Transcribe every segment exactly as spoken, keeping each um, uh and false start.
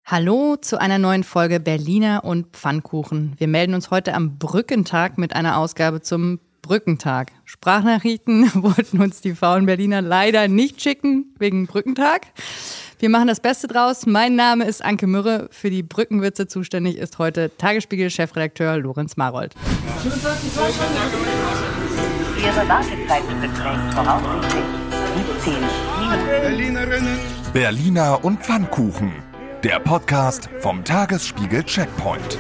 Hallo zu einer neuen Folge Berliner und Pfannkuchen. Wir melden uns heute am Brückentag mit einer Ausgabe zum Brückentag. Sprachnachrichten wollten uns die faulen Berliner leider nicht schicken, wegen Brückentag. Wir machen das Beste draus. Mein Name ist Anke Mürre. Für die Brückenwitze zuständig ist heute Tagesspiegel-Chefredakteur Lorenz Marold. Ihre Wartezeit beträgt voraussichtlich siebzehn Minuten. Berliner und Pfannkuchen. Der Podcast vom Tagesspiegel Checkpoint.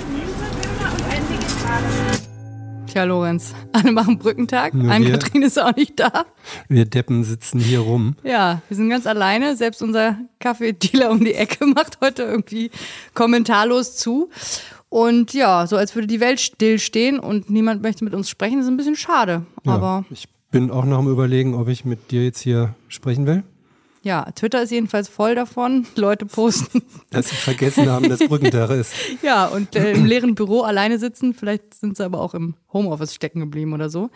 Tja, Lorenz, alle machen Brückentag. Nur Ann-Kathrin ist auch nicht da. Wir Deppen sitzen hier rum. Ja, wir sind ganz alleine. Selbst unser Kaffeedealer um die Ecke macht heute irgendwie kommentarlos zu. Und ja, so als würde die Welt stillstehen und niemand möchte mit uns sprechen, ist ein bisschen schade. Ja, Aber ich bin auch noch am Überlegen, ob ich mit dir jetzt hier sprechen will. ja, Twitter ist jedenfalls voll davon. Leute posten. Dass sie vergessen haben, dass Brückentag ist. Ja, und äh, im leeren Büro alleine sitzen. Vielleicht sind sie aber auch im Homeoffice stecken geblieben oder so.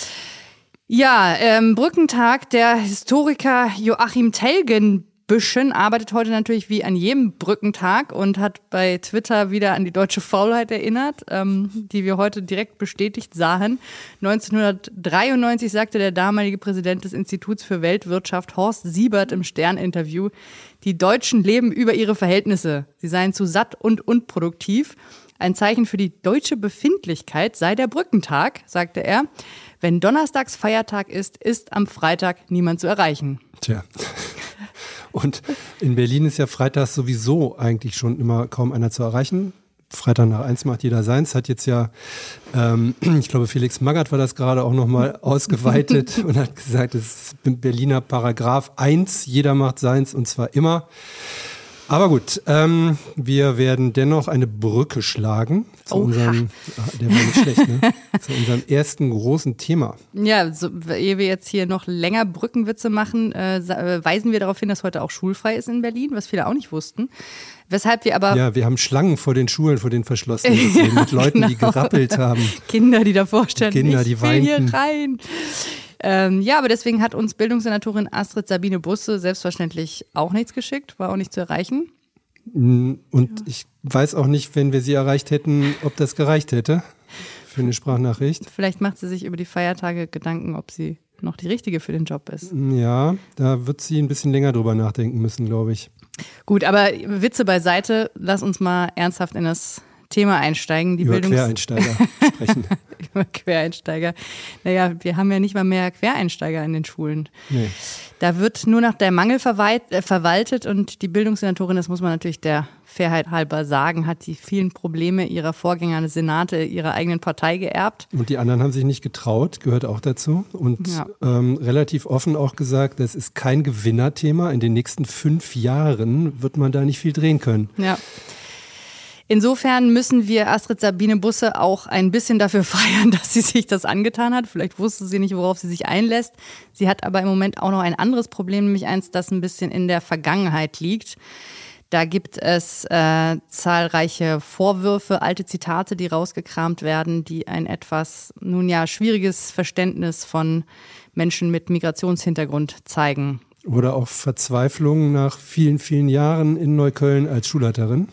Ja, ähm, Brückentag. Der Historiker Joachim Telgenbüschen arbeitet heute natürlich wie an jedem Brückentag und hat bei Twitter wieder an die deutsche Faulheit erinnert, ähm, die wir heute direkt bestätigt sahen. neunzehnhundertdreiundneunzig sagte der damalige Präsident des Instituts für Weltwirtschaft Horst Siebert im Stern-Interview, die Deutschen leben über ihre Verhältnisse. Sie seien zu satt und unproduktiv. Ein Zeichen für die deutsche Befindlichkeit sei der Brückentag, sagte er. Wenn donnerstags Feiertag ist, ist am Freitag niemand zu erreichen. Tja. Und in Berlin ist ja freitags sowieso eigentlich schon immer kaum einer zu erreichen. Freitag nach eins macht jeder seins. Hat jetzt ja, ähm, ich glaube Felix Magath war das gerade auch nochmal ausgeweitet und hat gesagt, es ist Berliner Paragraph eins, jeder macht seins und zwar immer. Aber gut, ähm, wir werden dennoch eine Brücke schlagen zu Oha. unserem, ah, der war nicht schlecht, ne? zu unserem ersten großen Thema. Ja, so, ehe wir jetzt hier noch länger Brückenwitze machen, äh, weisen wir darauf hin, dass heute auch schulfrei ist in Berlin, was viele auch nicht wussten. Weshalb wir aber... Ja, wir haben Schlangen vor den Schulen, vor den verschlossenen, gesehen, mit Leuten, genau. die gerappelt haben. Kinder, die davor standen, Kinder, ich die will weinten. hier rein. Ähm, ja, aber deswegen hat uns Bildungssenatorin Astrid Sabine Busse selbstverständlich auch nichts geschickt, war auch nicht zu erreichen. Und ja. Ich weiß auch nicht, wenn wir sie erreicht hätten, ob das gereicht hätte für eine Sprachnachricht. Vielleicht macht sie sich über die Feiertage Gedanken, ob sie noch die Richtige für den Job ist. Ja, da wird sie ein bisschen länger drüber nachdenken müssen, glaube ich. Gut, aber Witze beiseite, lass uns mal ernsthaft in das Thema einsteigen. Die Über Bildungs- Quereinsteiger sprechen. Über Quereinsteiger. Naja, wir haben ja nicht mal mehr Quereinsteiger in den Schulen. Nee. Da wird nur nach der Mangel verwalt, äh, verwaltet und die Bildungssenatorin, das muss man natürlich der Fairheit halber sagen, hat die vielen Probleme ihrer Vorgänger in der Senate ihrer eigenen Partei geerbt. Und die anderen haben sich nicht getraut, gehört auch dazu. Und Ja. ähm, relativ offen auch gesagt, das ist kein Gewinnerthema. In den nächsten fünf Jahren wird man da nicht viel drehen können. Ja. Insofern müssen wir Astrid Sabine Busse auch ein bisschen dafür feiern, dass sie sich das angetan hat. Vielleicht wusste sie nicht, worauf sie sich einlässt. Sie hat aber im Moment auch noch ein anderes Problem, nämlich eins, das ein bisschen in der Vergangenheit liegt. Da gibt es äh, zahlreiche Vorwürfe, alte Zitate, die rausgekramt werden, die ein etwas, nun ja, schwieriges Verständnis von Menschen mit Migrationshintergrund zeigen. Oder auch Verzweiflung nach vielen, vielen Jahren in Neukölln als Schulleiterin.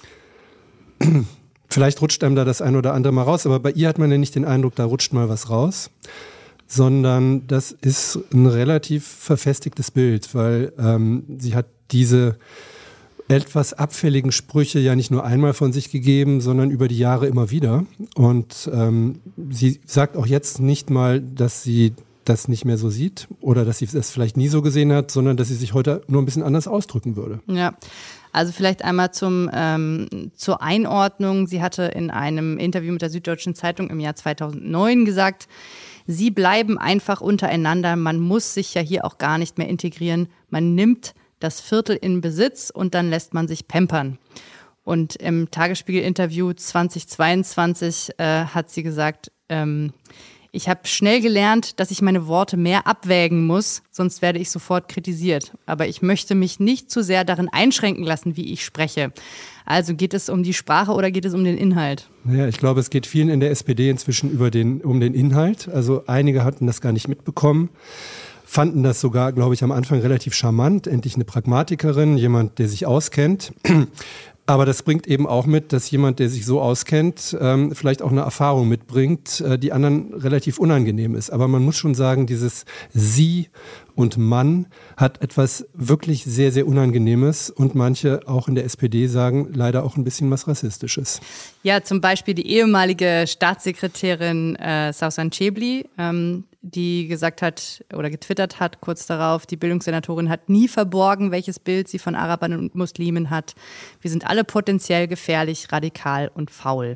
Vielleicht rutscht einem da das ein oder andere mal raus, aber bei ihr hat man ja nicht den Eindruck, da rutscht mal was raus, sondern das ist ein relativ verfestigtes Bild, weil ähm, sie hat diese etwas abfälligen Sprüche ja nicht nur einmal von sich gegeben, sondern über die Jahre immer wieder. Und ähm, sie sagt auch jetzt nicht mal, dass sie das nicht mehr so sieht oder dass sie das vielleicht nie so gesehen hat, sondern dass sie sich heute nur ein bisschen anders ausdrücken würde. Ja. Also vielleicht einmal zum, ähm, zur Einordnung. Sie hatte in einem Interview mit der Süddeutschen Zeitung im Jahr zweitausendneun gesagt, sie bleiben einfach untereinander. Man muss sich ja hier auch gar nicht mehr integrieren. Man nimmt das Viertel in Besitz und dann lässt man sich pampern. Und im Tagesspiegel-Interview zweitausendzweiundzwanzig äh, hat sie gesagt, ähm, ich habe schnell gelernt, dass ich meine Worte mehr abwägen muss, sonst werde ich sofort kritisiert. Aber ich möchte mich nicht zu sehr darin einschränken lassen, wie ich spreche. Also geht es um die Sprache oder geht es um den Inhalt? Naja, ich glaube, es geht vielen in der S P D inzwischen über den, um den Inhalt. Also einige hatten das gar nicht mitbekommen, fanden das sogar, glaube ich, am Anfang relativ charmant. Endlich eine Pragmatikerin, jemand, der sich auskennt. Aber das bringt eben auch mit, dass jemand, der sich so auskennt, ähm, vielleicht auch eine Erfahrung mitbringt, äh, die anderen relativ unangenehm ist. Aber man muss schon sagen, dieses Sie und Mann hat etwas wirklich sehr, sehr Unangenehmes und manche auch in der S P D sagen leider auch ein bisschen was Rassistisches. Ja, zum Beispiel die ehemalige Staatssekretärin äh, Sausan Cebli, ähm, die gesagt hat oder getwittert hat kurz darauf, die Bildungssenatorin hat nie verborgen, welches Bild sie von Arabern und Muslimen hat. Wir sind alle potenziell gefährlich, radikal und faul.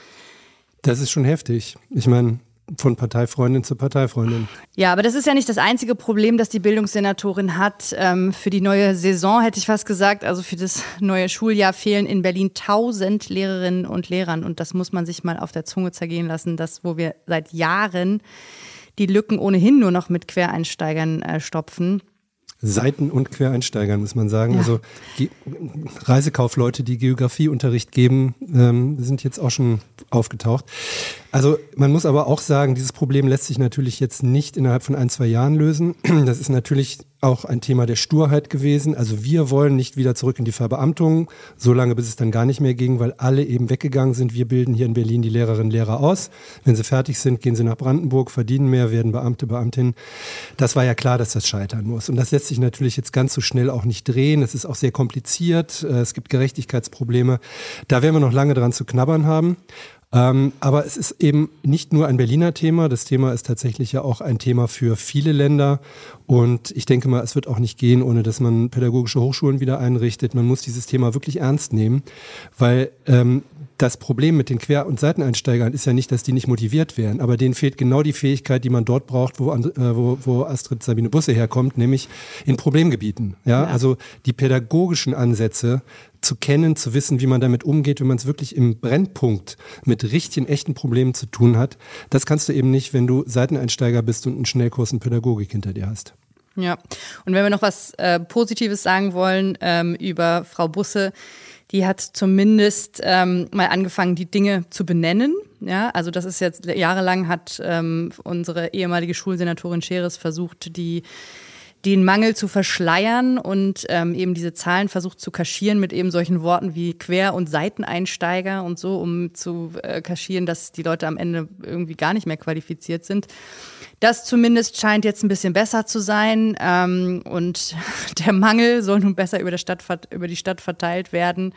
Das ist schon heftig. Ich meine, von Parteifreundin zu Parteifreundin. Ja, aber das ist ja nicht das einzige Problem, das die Bildungssenatorin hat. Ähm, für die neue Saison hätte ich fast gesagt, also für das neue Schuljahr fehlen in Berlin tausend Lehrerinnen und Lehrern. Und das muss man sich mal auf der Zunge zergehen lassen, das, wo wir seit Jahren die Lücken ohnehin nur noch mit Quereinsteigern äh, stopfen. Seiten- und Quereinsteigern, muss man sagen. Ja. Also Ge- Reisekaufleute, die Geografieunterricht geben, ähm, sind jetzt auch schon aufgetaucht. Also man muss aber auch sagen, dieses Problem lässt sich natürlich jetzt nicht innerhalb von ein, zwei Jahren lösen. Das ist natürlich auch ein Thema der Sturheit gewesen. Also wir wollen nicht wieder zurück in die Verbeamtung, solange bis es dann gar nicht mehr ging, weil alle eben weggegangen sind. Wir bilden hier in Berlin die Lehrerinnen und Lehrer aus. Wenn sie fertig sind, gehen sie nach Brandenburg, verdienen mehr, werden Beamte, Beamtinnen. Das war ja klar, dass das scheitern muss. Und das lässt sich natürlich jetzt ganz so schnell auch nicht drehen. Es ist auch sehr kompliziert. Es gibt Gerechtigkeitsprobleme. Da werden wir noch lange dran zu knabbern haben. Ähm, aber es ist eben nicht nur ein Berliner Thema, das Thema ist tatsächlich ja auch ein Thema für viele Länder und ich denke mal, es wird auch nicht gehen, ohne dass man pädagogische Hochschulen wieder einrichtet. Man muss dieses Thema wirklich ernst nehmen, weil ähm, das Problem mit den Quer- und Seiteneinsteigern ist ja nicht, dass die nicht motiviert wären, aber denen fehlt genau die Fähigkeit, die man dort braucht, wo, äh, wo, wo Astrid Sabine Busse herkommt, nämlich in Problemgebieten. Ja? Ja. Also die pädagogischen Ansätze zu kennen, zu wissen, wie man damit umgeht, wenn man es wirklich im Brennpunkt mit richtigen, echten Problemen zu tun hat. Das kannst du eben nicht, wenn du Seiteneinsteiger bist und einen Schnellkurs in Pädagogik hinter dir hast. Ja, und wenn wir noch was äh, Positives sagen wollen ähm, über Frau Busse, die hat zumindest ähm, mal angefangen, die Dinge zu benennen. Ja, also das ist jetzt jahrelang hat ähm, unsere ehemalige Schulsenatorin Scheres versucht, die den Mangel zu verschleiern und ähm, eben diese Zahlen versucht zu kaschieren mit eben solchen Worten wie Quer- und Seiteneinsteiger und so, um zu äh, kaschieren, dass die Leute am Ende irgendwie gar nicht mehr qualifiziert sind. Das zumindest scheint jetzt ein bisschen besser zu sein ähm, und der Mangel soll nun besser über, der Stadt, über die Stadt verteilt werden.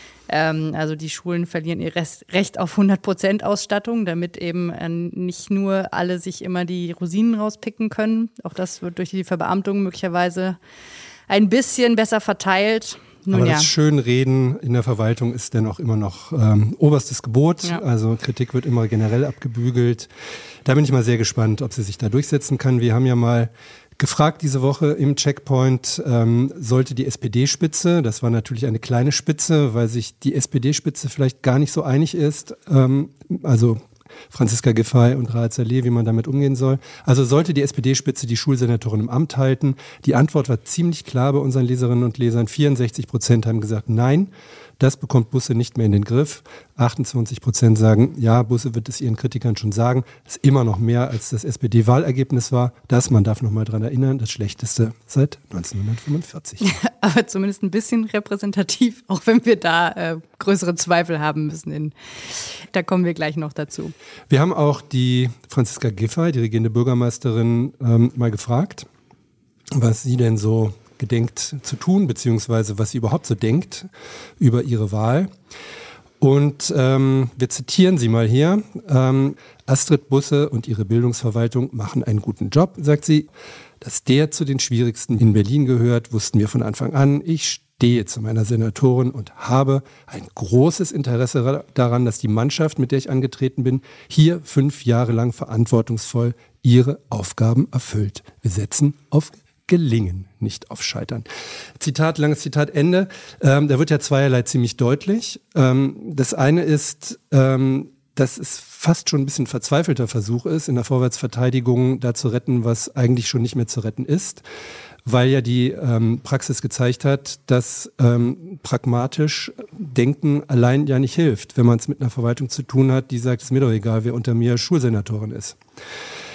Ähm, also die Schulen verlieren ihr Rest, Recht auf hundert Prozent Ausstattung, damit eben äh, nicht nur alle sich immer die Rosinen rauspicken können. Auch das wird durch die Verbeamtung möglicherweise ein bisschen besser verteilt. Nun, Aber ja. das Schönreden in der Verwaltung ist dann auch immer noch ähm, oberstes Gebot. Ja. Also Kritik wird immer generell abgebügelt. Da bin ich mal sehr gespannt, ob sie sich da durchsetzen kann. Wir haben ja mal gefragt diese Woche im Checkpoint, ähm, sollte die S P D-Spitze, das war natürlich eine kleine Spitze, weil sich die S P D-Spitze vielleicht gar nicht so einig ist, ähm, also Franziska Giffey und Raed Saleh, wie man damit umgehen soll. Also sollte die S P D-Spitze die Schulsenatorin im Amt halten? Die Antwort war ziemlich klar bei unseren Leserinnen und Lesern. vierundsechzig Prozent haben gesagt, nein, das bekommt Busse nicht mehr in den Griff. achtundzwanzig Prozent sagen, ja, Busse wird es ihren Kritikern schon sagen. Das ist immer noch mehr, als das S P D-Wahlergebnis war. Das, man darf noch mal dran erinnern, das schlechteste seit neunzehnhundertfünfundvierzig. Aber zumindest ein bisschen repräsentativ, auch wenn wir da äh, größere Zweifel haben müssen. In, da kommen wir gleich noch dazu. Wir haben auch die Franziska Giffey, die regierende Bürgermeisterin, ähm, mal gefragt, was sie denn so gedenkt zu tun, beziehungsweise was sie überhaupt so denkt über ihre Wahl. Und ähm, wir zitieren sie mal hier. Ähm, Astrid Busse und ihre Bildungsverwaltung machen einen guten Job, sagt sie. Dass der zu den schwierigsten in Berlin gehört, wussten wir von Anfang an. Ich stehe zu meiner Senatorin und habe ein großes Interesse daran, dass die Mannschaft, mit der ich angetreten bin, hier fünf Jahre lang verantwortungsvoll ihre Aufgaben erfüllt. Wir setzen auf Gelingen, nicht auf Scheitern. Zitat, langes Zitat, Ende. Ähm, da wird ja zweierlei ziemlich deutlich. Ähm, das eine ist, ähm, dass es fast schon ein bisschen verzweifelter Versuch ist, in der Vorwärtsverteidigung da zu retten, was eigentlich schon nicht mehr zu retten ist, weil ja die ähm, Praxis gezeigt hat, dass ähm, pragmatisch Denken allein ja nicht hilft, wenn man es mit einer Verwaltung zu tun hat, die sagt, es ist mir doch egal, wer unter mir Schulsenatorin ist.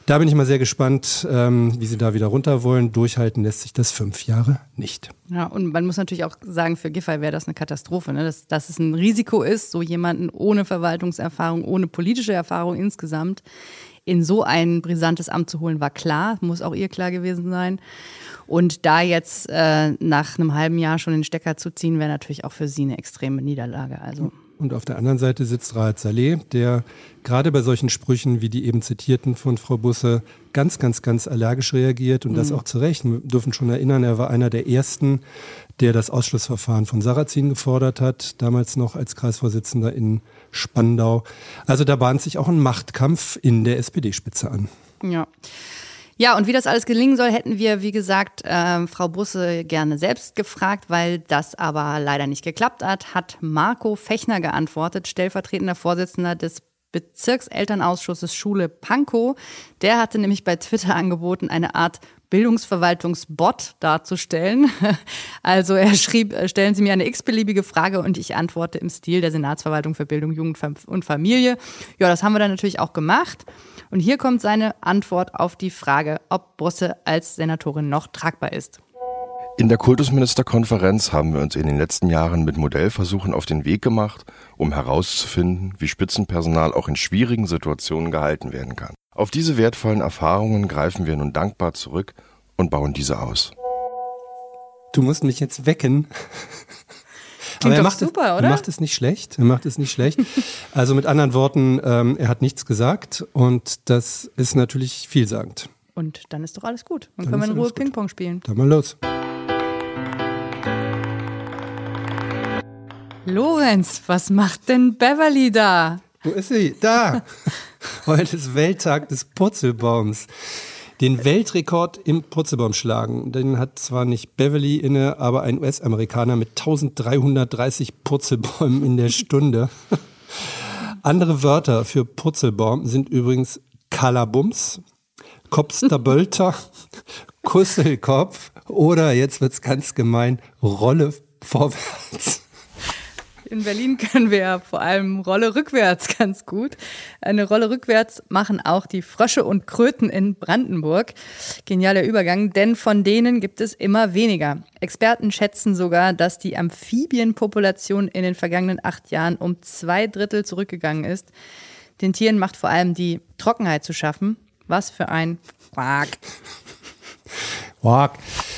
Da bin ich mal sehr gespannt, ähm, wie sie da wieder runter wollen. Durchhalten lässt sich das fünf Jahre nicht. Ja, und man muss natürlich auch sagen, für Giffey wäre das eine Katastrophe, ne? dass, dass es ein Risiko ist, so jemanden ohne Verwaltungserfahrung, ohne politische Erfahrung insgesamt in so ein brisantes Amt zu holen, war klar, muss auch ihr klar gewesen sein. Und da jetzt äh, nach einem halben Jahr schon den Stecker zu ziehen, wäre natürlich auch für sie eine extreme Niederlage. Also. Und auf der anderen Seite sitzt Raed Saleh, der gerade bei solchen Sprüchen wie die eben zitierten von Frau Busse ganz, ganz, ganz allergisch reagiert und mhm. das auch zu Recht. Wir dürfen schon erinnern, er war einer der ersten, der das Ausschlussverfahren von Sarrazin gefordert hat, damals noch als Kreisvorsitzender in Spandau. Also da bahnt sich auch ein Machtkampf in der S P D-Spitze an. Ja. Ja, und wie das alles gelingen soll, hätten wir, wie gesagt, äh, Frau Busse gerne selbst gefragt, weil das aber leider nicht geklappt hat, hat Marco Fechner geantwortet, stellvertretender Vorsitzender des Bezirkselternausschusses Schule Pankow. Der hatte nämlich bei Twitter angeboten, eine Art Bildungsverwaltungsbot darzustellen. Also er schrieb, stellen Sie mir eine x-beliebige Frage und ich antworte im Stil der Senatsverwaltung für Bildung, Jugend und Familie. Ja, das haben wir dann natürlich auch gemacht. Und hier kommt seine Antwort auf die Frage, ob Busse als Senatorin noch tragbar ist. In der Kultusministerkonferenz haben wir uns in den letzten Jahren mit Modellversuchen auf den Weg gemacht, um herauszufinden, wie Spitzenpersonal auch in schwierigen Situationen gehalten werden kann. Auf diese wertvollen Erfahrungen greifen wir nun dankbar zurück und bauen diese aus. Du musst mich jetzt wecken. Klingt Aber er doch macht super, es, oder? Er macht es nicht schlecht. Er macht es nicht schlecht. Also mit anderen Worten, ähm, er hat nichts gesagt und das ist natürlich vielsagend. Und dann ist doch alles gut. Dann, Dann können wir ist in Ruhe alles gut. Ping-Pong spielen. Dann mal los. Lorenz, was macht denn Beverly da? Wo ist sie? Da! Heute ist Welttag des Purzelbaums. Den Weltrekord im Purzelbaumschlagen, den hat zwar nicht Beverly inne, aber ein U S-Amerikaner mit eintausenddreihundertdreißig Purzelbäumen in der Stunde. Andere Wörter für Purzelbaum sind übrigens Kalabums, Kopsterbölter, Kusselkopf oder, jetzt wird's ganz gemein, Rolle vorwärts. In Berlin können wir ja vor allem Rolle rückwärts ganz gut. Eine Rolle rückwärts machen auch die Frösche und Kröten in Brandenburg. Genialer Übergang, denn von denen gibt es immer weniger. Experten schätzen sogar, dass die Amphibienpopulation in den vergangenen acht Jahren um zwei Drittel zurückgegangen ist. Den Tieren macht vor allem die Trockenheit zu schaffen. Was für ein Quack. Quack.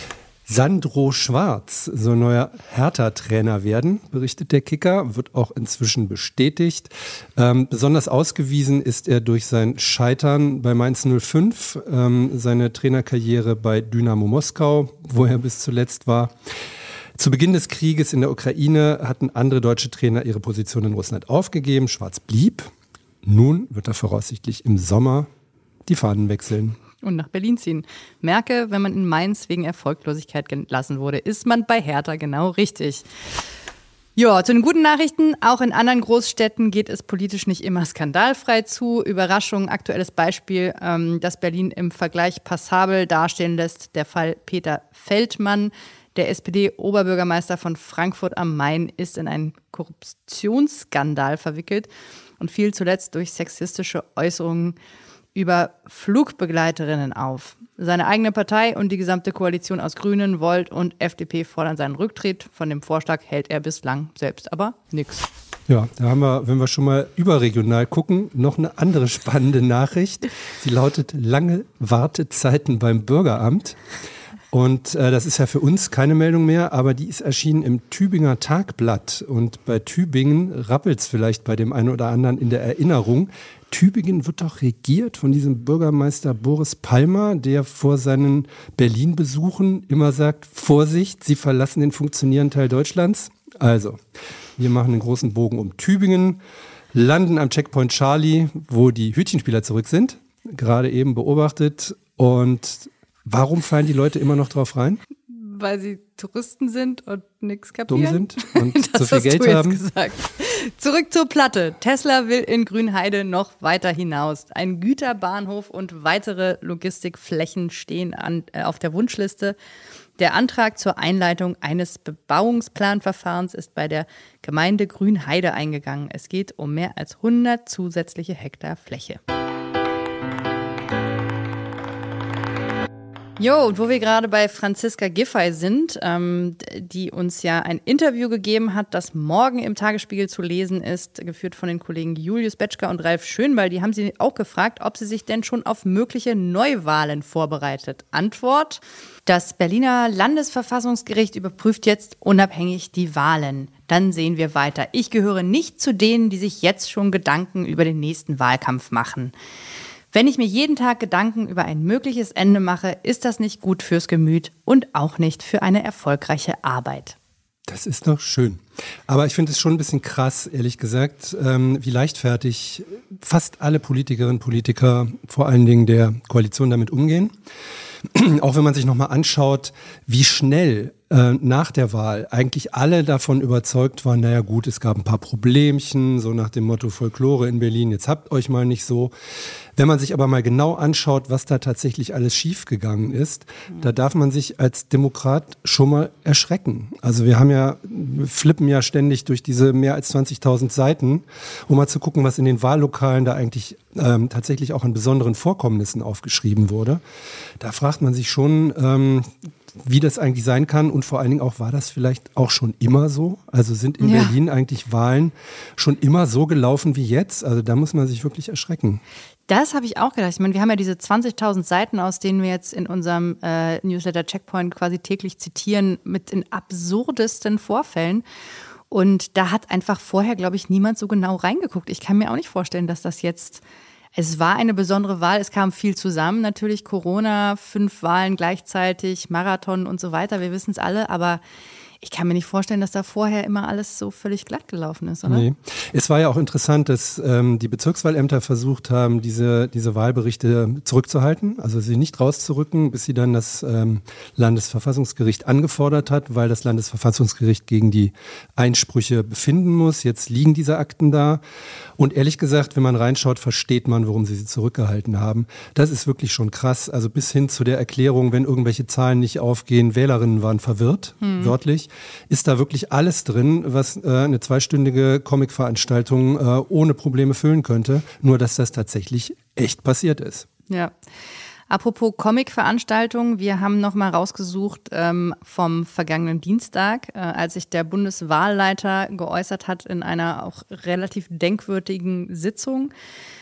Sandro Schwarz soll neuer Hertha-Trainer werden, berichtet der Kicker, wird auch inzwischen bestätigt. Ähm, besonders ausgewiesen ist er durch sein Scheitern bei Mainz null fünf, ähm, seine Trainerkarriere bei Dynamo Moskau, wo er bis zuletzt war. Zu Beginn des Krieges in der Ukraine hatten andere deutsche Trainer ihre Position in Russland aufgegeben. Schwarz blieb. Nun wird er voraussichtlich im Sommer die Fahnen wechseln. Und nach Berlin ziehen. Merke, wenn man in Mainz wegen Erfolglosigkeit entlassen wurde, ist man bei Hertha genau richtig. Ja, zu den guten Nachrichten. Auch in anderen Großstädten geht es politisch nicht immer skandalfrei zu. Überraschung, aktuelles Beispiel, ähm, das Berlin im Vergleich passabel dastehen lässt. Der Fall Peter Feldmann, der S P D-Oberbürgermeister von Frankfurt am Main, ist in einen Korruptionsskandal verwickelt und fiel zuletzt durch sexistische Äußerungen über Flugbegleiterinnen auf. Seine eigene Partei und die gesamte Koalition aus Grünen, Volt und F D P fordern seinen Rücktritt. Von dem Vorschlag hält er bislang selbst aber nichts. Ja, da haben wir, wenn wir schon mal überregional gucken, noch eine andere spannende Nachricht. Sie lautet lange Wartezeiten beim Bürgeramt. Und äh, das ist ja für uns keine Meldung mehr, aber die ist erschienen im Tübinger Tagblatt. Und bei Tübingen rappelt es vielleicht bei dem einen oder anderen in der Erinnerung. Tübingen wird doch regiert von diesem Bürgermeister Boris Palmer, der vor seinen Berlin-Besuchen immer sagt, Vorsicht, Sie verlassen den funktionierenden Teil Deutschlands. Also, wir machen einen großen Bogen um Tübingen, landen am Checkpoint Charlie, wo die Hütchenspieler zurück sind, gerade eben beobachtet. Und warum fallen die Leute immer noch drauf rein? Weil sie Touristen sind und nichts kapieren. Dumm sind und das so viel Geld hast du jetzt haben. Gesagt. Zurück zur Platte. Tesla will in Grünheide noch weiter hinaus. Ein Güterbahnhof und weitere Logistikflächen stehen an, äh, auf der Wunschliste. Der Antrag zur Einleitung eines Bebauungsplanverfahrens ist bei der Gemeinde Grünheide eingegangen. Es geht um mehr als hundert zusätzliche Hektar Fläche. Jo, und wo wir gerade bei Franziska Giffey sind, ähm, die uns ja ein Interview gegeben hat, das morgen im Tagesspiegel zu lesen ist, geführt von den Kollegen Julius Betschka und Ralf Schönbeil. Die haben sie auch gefragt, ob sie sich denn schon auf mögliche Neuwahlen vorbereitet. Antwort: Das Berliner Landesverfassungsgericht überprüft jetzt unabhängig die Wahlen. Dann sehen wir weiter. Ich gehöre nicht zu denen, die sich jetzt schon Gedanken über den nächsten Wahlkampf machen. Wenn ich mir jeden Tag Gedanken über ein mögliches Ende mache, ist das nicht gut fürs Gemüt und auch nicht für eine erfolgreiche Arbeit. Das ist doch schön. Aber ich finde es schon ein bisschen krass, ehrlich gesagt, ähm, wie leichtfertig fast alle Politikerinnen und Politiker, vor allen Dingen der Koalition, damit umgehen. Auch wenn man sich nochmal anschaut, wie schnell äh, nach der Wahl eigentlich alle davon überzeugt waren, naja gut, es gab ein paar Problemchen, so nach dem Motto Folklore in Berlin, jetzt habt euch mal nicht so. Wenn man sich aber mal genau anschaut, was da tatsächlich alles schiefgegangen ist, mhm. da darf man sich als Demokrat schon mal erschrecken. Also wir haben ja, wir flippen ja ständig durch diese mehr als zwanzigtausend Seiten, um mal zu gucken, was in den Wahllokalen da eigentlich ähm, tatsächlich auch an besonderen Vorkommnissen aufgeschrieben wurde. Da fragt man sich schon, ähm, wie das eigentlich sein kann und vor allen Dingen auch, war das vielleicht auch schon immer so? Also sind in ja. Berlin eigentlich Wahlen schon immer so gelaufen wie jetzt? Also da muss man sich wirklich erschrecken. Das habe ich auch gedacht. Ich meine, wir haben ja diese zwanzigtausend Seiten, aus denen wir jetzt in unserem äh, Newsletter Checkpoint quasi täglich zitieren, mit den absurdesten Vorfällen. Und da hat einfach vorher, glaube ich, niemand so genau reingeguckt. Ich kann mir auch nicht vorstellen, dass das jetzt... Es war eine besondere Wahl, es kam viel zusammen, natürlich Corona, fünf Wahlen gleichzeitig, Marathon und so weiter, wir wissen es alle, aber ich kann mir nicht vorstellen, dass da vorher immer alles so völlig glatt gelaufen ist, oder? Nee. Es war ja auch interessant, dass ähm, die Bezirkswahlämter versucht haben, diese, diese Wahlberichte zurückzuhalten, also sie nicht rauszurücken, bis sie dann das ähm, Landesverfassungsgericht angefordert hat, weil das Landesverfassungsgericht gegen die Einsprüche befinden muss. Jetzt liegen diese Akten da. Und ehrlich gesagt, wenn man reinschaut, versteht man, warum sie sie zurückgehalten haben. Das ist wirklich schon krass. Also bis hin zu der Erklärung, wenn irgendwelche Zahlen nicht aufgehen, Wählerinnen waren verwirrt, hm. wörtlich. Ist da wirklich alles drin, was äh, eine zweistündige Comic-Veranstaltung äh, ohne Probleme füllen könnte, nur dass das tatsächlich echt passiert ist. Ja. Apropos Comic-Veranstaltung, wir haben noch mal rausgesucht ähm, vom vergangenen Dienstag, äh, als sich der Bundeswahlleiter geäußert hat in einer auch relativ denkwürdigen Sitzung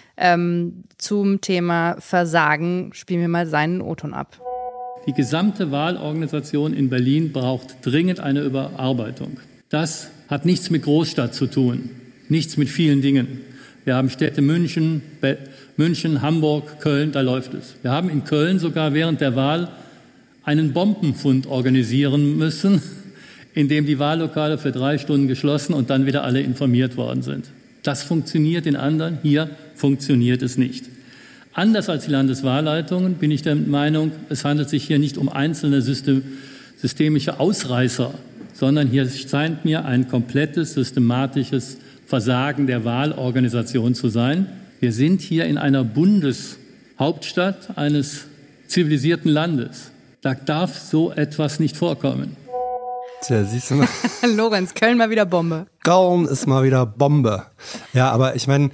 ähm, zum Thema Versagen. Spielen wir mal seinen O-Ton ab. Die gesamte Wahlorganisation in Berlin braucht dringend eine Überarbeitung. Das hat nichts mit Großstadt zu tun, nichts mit vielen Dingen. Wir haben Städte München, Be- München, Hamburg, Köln, da läuft es. Wir haben in Köln sogar während der Wahl einen Bombenfund organisieren müssen, in dem die Wahllokale für drei Stunden geschlossen und dann wieder alle informiert worden sind. Das funktioniert in anderen, hier funktioniert es nicht. Anders als die Landeswahlleitungen bin ich der Meinung, es handelt sich hier nicht um einzelne System, systemische Ausreißer, sondern hier scheint mir ein komplettes, systematisches Versagen der Wahlorganisation zu sein. Wir sind hier in einer Bundeshauptstadt eines zivilisierten Landes. Da darf so etwas nicht vorkommen. Tja, siehst du mal. Lorenz, Köln mal wieder Bombe. Köln ist mal wieder Bombe. Ja, aber ich meine,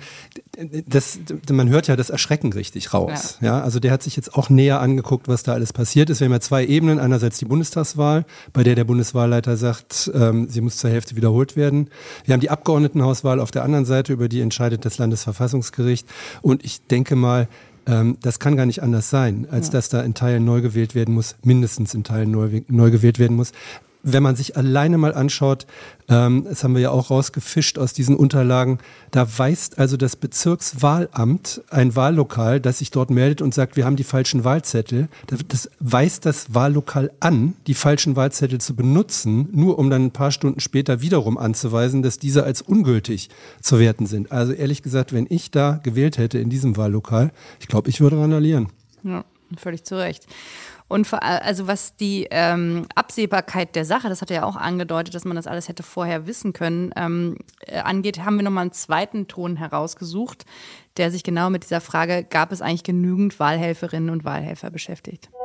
das, man hört ja das Erschrecken richtig raus. Ja. ja, also der hat sich jetzt auch näher angeguckt, was da alles passiert ist. Wir haben ja zwei Ebenen. Einerseits die Bundestagswahl, bei der der Bundeswahlleiter sagt, ähm, sie muss zur Hälfte wiederholt werden. Wir haben die Abgeordnetenhauswahl auf der anderen Seite, über die entscheidet das Landesverfassungsgericht. Und ich denke mal, Ähm, das kann gar nicht anders sein, als ja. dass da in Teilen neu gewählt werden muss, mindestens in Teilen neu, neu gewählt werden muss. Wenn man sich alleine mal anschaut, ähm, das haben wir ja auch rausgefischt aus diesen Unterlagen, da weist also das Bezirkswahlamt ein Wahllokal, das sich dort meldet und sagt, wir haben die falschen Wahlzettel. Das weist das Wahllokal an, die falschen Wahlzettel zu benutzen, nur um dann ein paar Stunden später wiederum anzuweisen, dass diese als ungültig zu werten sind. Also ehrlich gesagt, wenn ich da gewählt hätte in diesem Wahllokal, ich glaube, ich würde randalieren. Ja, völlig zu Recht. Und vor, also was die ähm, Absehbarkeit der Sache, das hat er ja auch angedeutet, dass man das alles hätte vorher wissen können, ähm, äh, angeht, haben wir nochmal einen zweiten Ton herausgesucht, der sich genau mit dieser Frage, gab es eigentlich genügend Wahlhelferinnen und Wahlhelfer beschäftigt.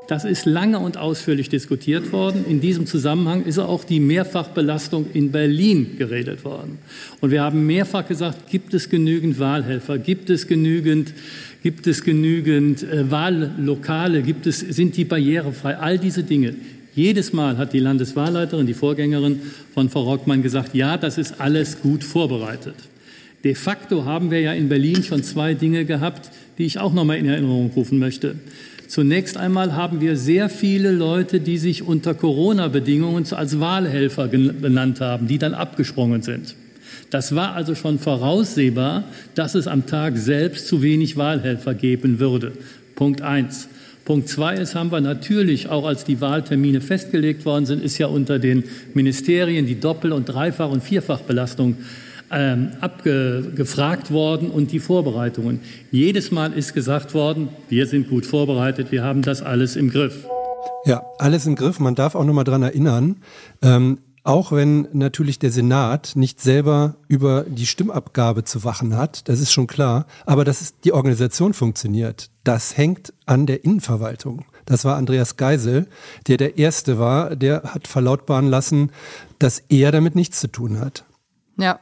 Das ist lange und ausführlich diskutiert worden. In diesem Zusammenhang ist auch die Mehrfachbelastung in Berlin geredet worden. Und wir haben mehrfach gesagt, gibt es genügend Wahlhelfer, gibt es genügend, gibt es genügend äh, Wahllokale, gibt es, sind die barrierefrei, all diese Dinge. Jedes Mal hat die Landeswahlleiterin, die Vorgängerin von Frau Rockmann gesagt, ja, das ist alles gut vorbereitet. De facto haben wir ja in Berlin schon zwei Dinge gehabt, die ich auch noch mal in Erinnerung rufen möchte. Zunächst einmal haben wir sehr viele Leute, die sich unter Corona-Bedingungen als Wahlhelfer benannt haben, die dann abgesprungen sind. Das war also schon voraussehbar, dass es am Tag selbst zu wenig Wahlhelfer geben würde. Punkt eins. Punkt zwei ist, haben wir natürlich, auch als die Wahltermine festgelegt worden sind, ist ja unter den Ministerien die Doppel- und Dreifach- und Vierfachbelastung ähm, abgefragt worden und die Vorbereitungen. Jedes Mal ist gesagt worden, wir sind gut vorbereitet, wir haben das alles im Griff. Ja, alles im Griff. Man darf auch noch mal dran erinnern, ähm, auch wenn natürlich der Senat nicht selber über die Stimmabgabe zu wachen hat, das ist schon klar, aber dass es, die Organisation funktioniert, das hängt an der Innenverwaltung. Das war Andreas Geisel, der der Erste war, der hat verlautbaren lassen, dass er damit nichts zu tun hat. Ja.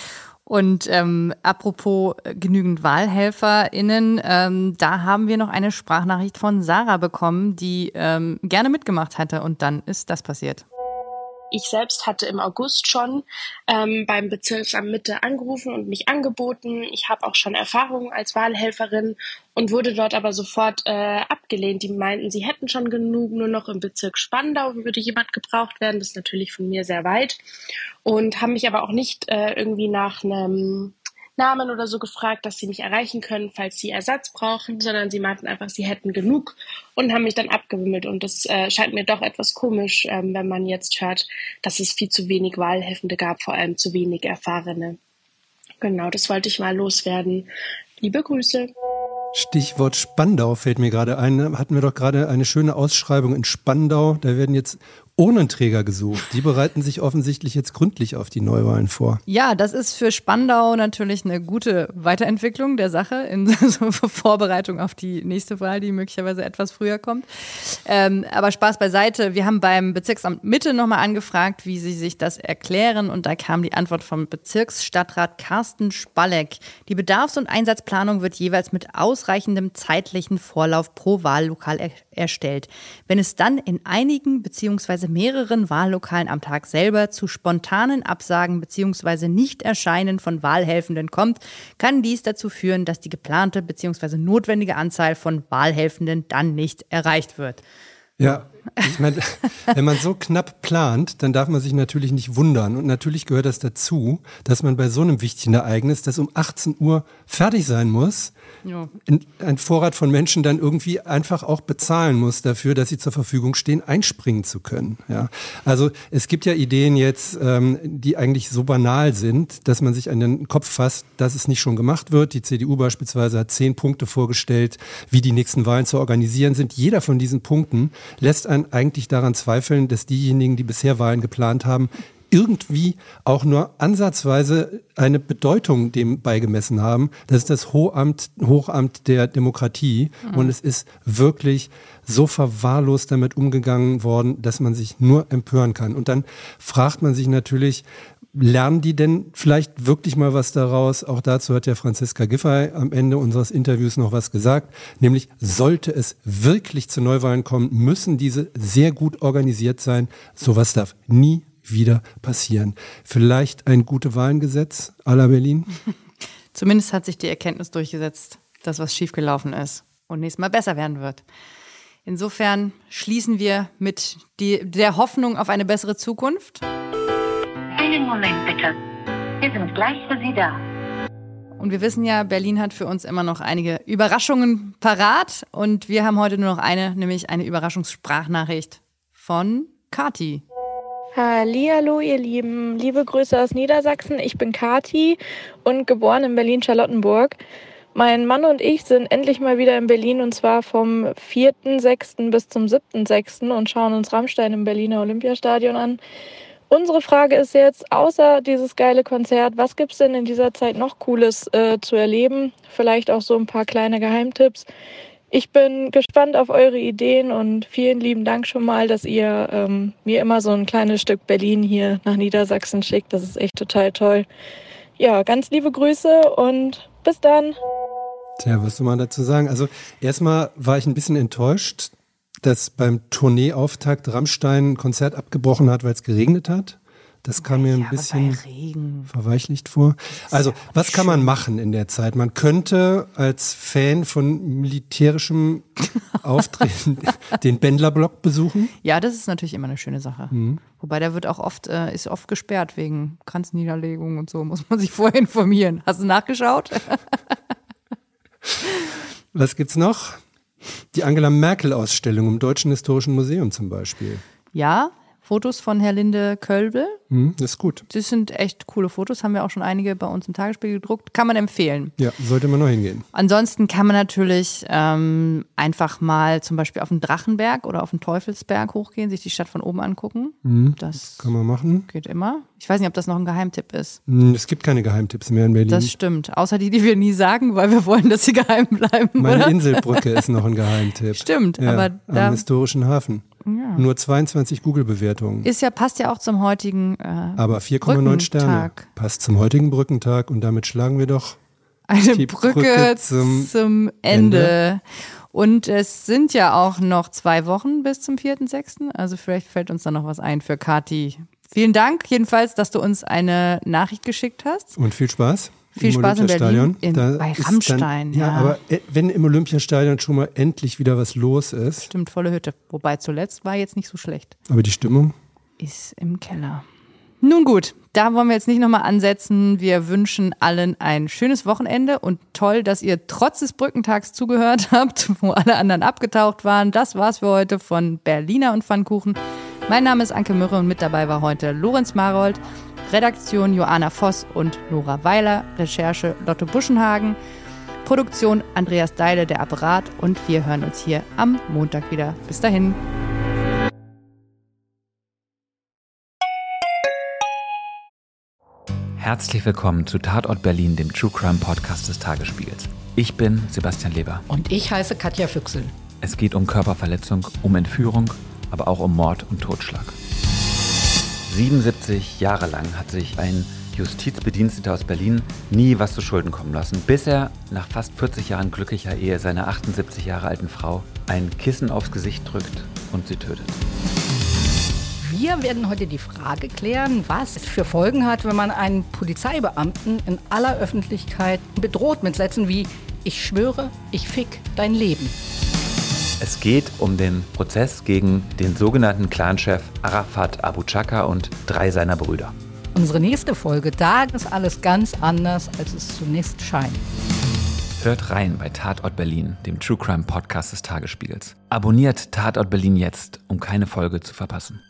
Und ähm, apropos genügend WahlhelferInnen, ähm, da haben wir noch eine Sprachnachricht von Sarah bekommen, die ähm, gerne mitgemacht hatte und dann ist das passiert. Ich selbst hatte im August schon ähm, beim Bezirksamt Mitte angerufen und mich angeboten. Ich habe auch schon Erfahrungen als Wahlhelferin und wurde dort aber sofort äh, abgelehnt. Die meinten, sie hätten schon genug, nur noch im Bezirk Spandau würde jemand gebraucht werden. Das ist natürlich von mir sehr weit. Und haben mich aber auch nicht äh, irgendwie nach einem Namen oder so gefragt, dass sie mich erreichen können, falls sie Ersatz brauchen, sondern sie meinten einfach, sie hätten genug und haben mich dann abgewimmelt. Und das äh, scheint mir doch etwas komisch, ähm, wenn man jetzt hört, dass es viel zu wenig Wahlhelfende gab, vor allem zu wenig Erfahrene. Genau, das wollte ich mal loswerden. Liebe Grüße. Stichwort Spandau fällt mir gerade ein. Hatten wir doch gerade eine schöne Ausschreibung in Spandau. Da werden jetzt Urnenträger gesucht. Die bereiten sich offensichtlich jetzt gründlich auf die Neuwahlen vor. Ja, das ist für Spandau natürlich eine gute Weiterentwicklung der Sache in so Vorbereitung auf die nächste Wahl, die möglicherweise etwas früher kommt. Ähm, aber Spaß beiseite. Wir haben beim Bezirksamt Mitte nochmal angefragt, wie sie sich das erklären. Und da kam die Antwort vom Bezirksstadtrat Carsten Spalleck. Die Bedarfs- und Einsatzplanung wird jeweils mit ausreichendem zeitlichen Vorlauf pro Wahllokal er- erstellt. Wenn es dann in einigen bzw. mehreren Wahllokalen am Tag selber zu spontanen Absagen bzw. Nicht-Erscheinen von Wahlhelfenden kommt, kann dies dazu führen, dass die geplante bzw. notwendige Anzahl von Wahlhelfenden dann nicht erreicht wird. Ja, ich meine, wenn man so knapp plant, dann darf man sich natürlich nicht wundern. Und natürlich gehört das dazu, dass man bei so einem wichtigen Ereignis, das um achtzehn Uhr fertig sein muss, ja. ein Vorrat von Menschen dann irgendwie einfach auch bezahlen muss dafür, dass sie zur Verfügung stehen, einspringen zu können. Ja, also es gibt ja Ideen jetzt, ähm, die eigentlich so banal sind, dass man sich an den Kopf fasst, dass es nicht schon gemacht wird. Die C D U beispielsweise hat zehn Punkte vorgestellt, wie die nächsten Wahlen zu organisieren sind. Jeder von diesen Punkten lässt einen eigentlich daran zweifeln, dass diejenigen, die bisher Wahlen geplant haben, irgendwie auch nur ansatzweise eine Bedeutung dem beigemessen haben. Das ist das Hochamt, Hochamt der Demokratie. Mhm. Und es ist wirklich so verwahrlost damit umgegangen worden, dass man sich nur empören kann. Und dann fragt man sich natürlich, lernen die denn vielleicht wirklich mal was daraus? Auch dazu hat ja Franziska Giffey am Ende unseres Interviews noch was gesagt. Nämlich, sollte es wirklich zu Neuwahlen kommen, müssen diese sehr gut organisiert sein. Sowas darf nie wieder passieren. Vielleicht ein Gute-Wahlen-Gesetz à la Berlin? Zumindest hat sich die Erkenntnis durchgesetzt, dass was schiefgelaufen ist und nächstes Mal besser werden wird. Insofern schließen wir mit die, der Hoffnung auf eine bessere Zukunft. Einen Moment bitte. Wir sind gleich für Sie da. Und wir wissen ja, Berlin hat für uns immer noch einige Überraschungen parat. Und wir haben heute nur noch eine, nämlich eine Überraschungssprachnachricht von Kati. Hallihallo, ihr Lieben. Liebe Grüße aus Niedersachsen. Ich bin Kati und geboren in Berlin-Charlottenburg. Mein Mann und ich sind endlich mal wieder in Berlin und zwar vom vierten sechsten bis zum siebten sechsten und schauen uns Rammstein im Berliner Olympiastadion an. Unsere Frage ist jetzt, außer dieses geile Konzert, was gibt's denn in dieser Zeit noch Cooles äh, zu erleben? Vielleicht auch so ein paar kleine Geheimtipps. Ich bin gespannt auf eure Ideen und vielen lieben Dank schon mal, dass ihr ähm, mir immer so ein kleines Stück Berlin hier nach Niedersachsen schickt. Das ist echt total toll. Ja, ganz liebe Grüße und bis dann. Tja, was soll man dazu sagen? Also erstmal war ich ein bisschen enttäuscht, dass beim Tourneeauftakt Rammstein ein Konzert abgebrochen hat, weil es geregnet hat. Das kam mir ein ja, bisschen verweichlicht vor. Also, was kann man machen in der Zeit? Man könnte als Fan von militärischem Auftreten den Bändlerblock besuchen. Ja, das ist natürlich immer eine schöne Sache. Mhm. Wobei der wird auch oft, äh, ist oft gesperrt wegen Kranzniederlegung und so. Muss man sich vorher informieren. Hast du nachgeschaut? Was gibt's noch? Die Angela Merkel-Ausstellung im Deutschen Historischen Museum zum Beispiel. Ja, Fotos von Herr Linde Kölbel. Hm, das ist gut. Das sind echt coole Fotos, haben wir auch schon einige bei uns im Tagesspiegel gedruckt. Kann man empfehlen. Ja, sollte man noch hingehen. Ansonsten kann man natürlich ähm, einfach mal zum Beispiel auf den Drachenberg oder auf den Teufelsberg hochgehen, sich die Stadt von oben angucken. Hm, das kann man machen. Geht immer. Ich weiß nicht, ob das noch ein Geheimtipp ist. Hm, es gibt keine Geheimtipps mehr in Berlin. Das stimmt. Außer die, die wir nie sagen, weil wir wollen, dass sie geheim bleiben. Meine oder? Inselbrücke ist noch ein Geheimtipp. Stimmt, ja, aber da, am historischen Hafen. Ja. Nur zweiundzwanzig Google-Bewertungen. Ist ja, passt ja auch zum heutigen äh, Aber vier Komma neun Sterne. Passt zum heutigen Brückentag und damit schlagen wir doch eine die Brücke, Brücke zum, zum Ende. Ende. Und es sind ja auch noch zwei Wochen bis zum vierten sechsten Also vielleicht fällt uns da noch was ein für Kathi. Vielen Dank jedenfalls, dass du uns eine Nachricht geschickt hast. Und viel Spaß. Viel Spaß in Berlin, in, da bei Rammstein. Dann, ja, ja, aber wenn im Olympiastadion schon mal endlich wieder was los ist. Stimmt, volle Hütte. Wobei zuletzt war jetzt nicht so schlecht. Aber die Stimmung? Ist im Keller. Nun gut, da wollen wir jetzt nicht nochmal ansetzen. Wir wünschen allen ein schönes Wochenende und toll, dass ihr trotz des Brückentags zugehört habt, wo alle anderen abgetaucht waren. Das war's für heute von Berliner und Pfannkuchen. Mein Name ist Anke Mürre und mit dabei war heute Lorenz Marold. Redaktion Joanna Voss und Nora Weiler, Recherche Lotte Buschenhagen, Produktion Andreas Deile, der Apparat und wir hören uns hier am Montag wieder. Bis dahin. Herzlich willkommen zu Tatort Berlin, dem True Crime Podcast des Tagesspiegels. Ich bin Sebastian Leber. Und ich heiße Katja Füchsel. Es geht um Körperverletzung, um Entführung, aber auch um Mord und Totschlag. siebenundsiebzig Jahre lang hat sich ein Justizbediensteter aus Berlin nie was zu Schulden kommen lassen, bis er nach fast vierzig Jahren glücklicher Ehe seiner achtundsiebzig Jahre alten Frau ein Kissen aufs Gesicht drückt und sie tötet. Wir werden heute die Frage klären, was es für Folgen hat, wenn man einen Polizeibeamten in aller Öffentlichkeit bedroht mit Sätzen wie „Ich schwöre, ich fick dein Leben“. Es geht um den Prozess gegen den sogenannten Clanchef Arafat Abu Chaka und drei seiner Brüder. Unsere nächste Folge, da ist alles ganz anders, als es zunächst scheint. Hört rein bei Tatort Berlin, dem True Crime Podcast des Tagesspiegels. Abonniert Tatort Berlin jetzt, um keine Folge zu verpassen.